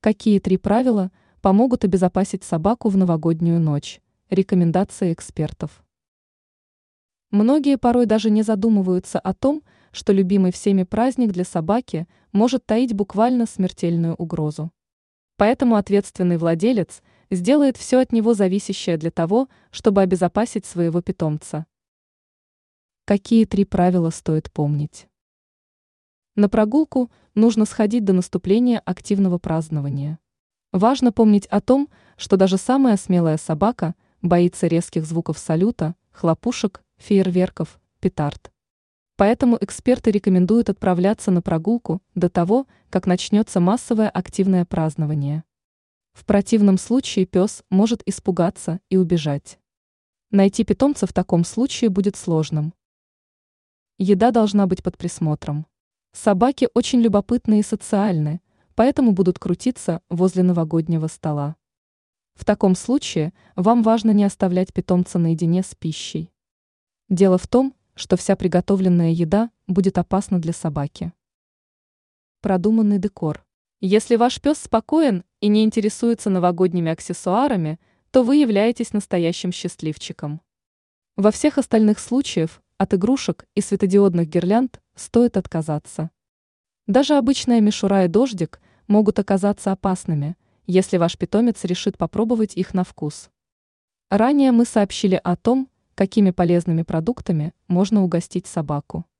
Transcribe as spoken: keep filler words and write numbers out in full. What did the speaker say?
Какие три правила помогут обезопасить собаку в новогоднюю ночь? Рекомендации экспертов. Многие порой даже не задумываются о том, что любимый всеми праздник для собаки может таить буквально смертельную угрозу. Поэтому ответственный владелец сделает все от него зависящее для того, чтобы обезопасить своего питомца. Какие три правила стоит помнить? На прогулку нужно сходить до наступления активного празднования. Важно помнить о том, что даже самая смелая собака боится резких звуков салюта, хлопушек, фейерверков, петард. Поэтому эксперты рекомендуют отправляться на прогулку до того, как начнется массовое активное празднование. В противном случае пес может испугаться и убежать. Найти питомца в таком случае будет сложным. Еда должна быть под присмотром. Собаки очень любопытны и социальны, поэтому будут крутиться возле новогоднего стола. В таком случае вам важно не оставлять питомца наедине с пищей. Дело в том, что вся приготовленная еда будет опасна для собаки. Продуманный декор. Если ваш пес спокоен и не интересуется новогодними аксессуарами, то вы являетесь настоящим счастливчиком. Во всех остальных случаях от игрушек и светодиодных гирлянд стоит отказаться. Даже обычная мишура и дождик могут оказаться опасными, если ваш питомец решит попробовать их на вкус. Ранее мы сообщили о том, какими полезными продуктами можно угостить собаку.